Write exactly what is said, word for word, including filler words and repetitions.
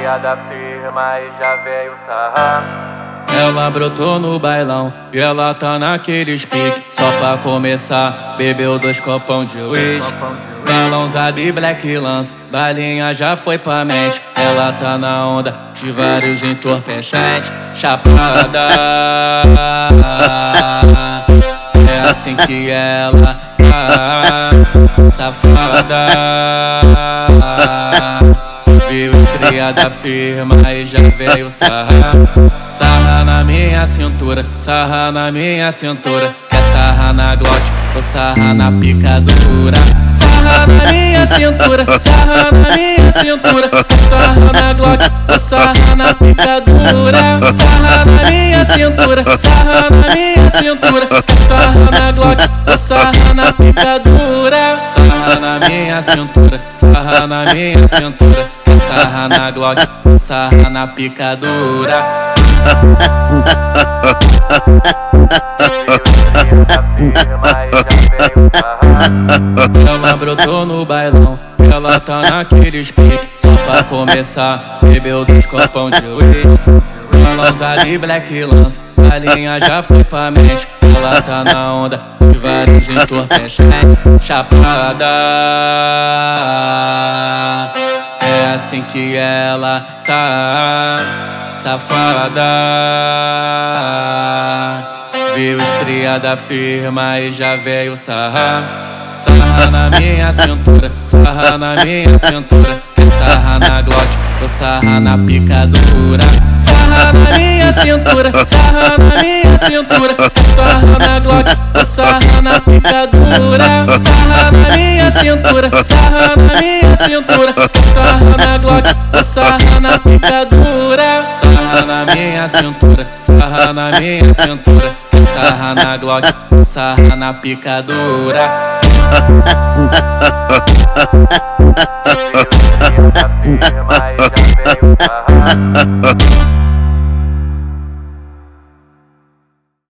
cria da firma e já veio sarrar. Ela brotou no bailão e ela tá naqueles pique. Só pra começar, bebeu dois copão de uísque. Balãozada e black lance, balinha já foi pra mente. Ela tá na onda de vários entorpecentes. Chapada, é assim que ela tá, safada. Viu os cria da firma e já veio sarrar. Sarra na minha cintura, sarra na minha cintura. Quer sarra na Glock ou sarra na picadura? Sarra na minha cintura, sarra na minha cintura. Quer sarra na Glock ou sarra na picadura? Sarra na minha cintura, sarra na minha cintura. Quer sarra na Glock ou sarra na picadura? Sarra na minha cintura, sarra na minha cintura. Quer sarra na Glock ou sarra na picadura? Ela brotou no bailão, ela tá naqueles pique. Só pra começar, bebeu dois copão de uísque. Balãozada e black lance, a linha já foi pra mente. Ela tá na onda de vários entorpecentes. Chapada, é assim que ela tá, safada. Viu os cria da firma e já veio sarrar. Sarra na minha cintura, sarra na minha cintura. Quer sarra na Glock ou sarra na picadura? Sarra na minha cintura, sarra na minha cintura. Quer sarra na Glock ou sarra na picadura? Sarra na minha cintura, sarra na minha cintura. Quer sarra na Glock ou sarra na picadura? Sarra na minha cintura, sarra na minha cintura. Quer sarra na Glock ou sarra na picadura? Cria da firma e já veio sarrar.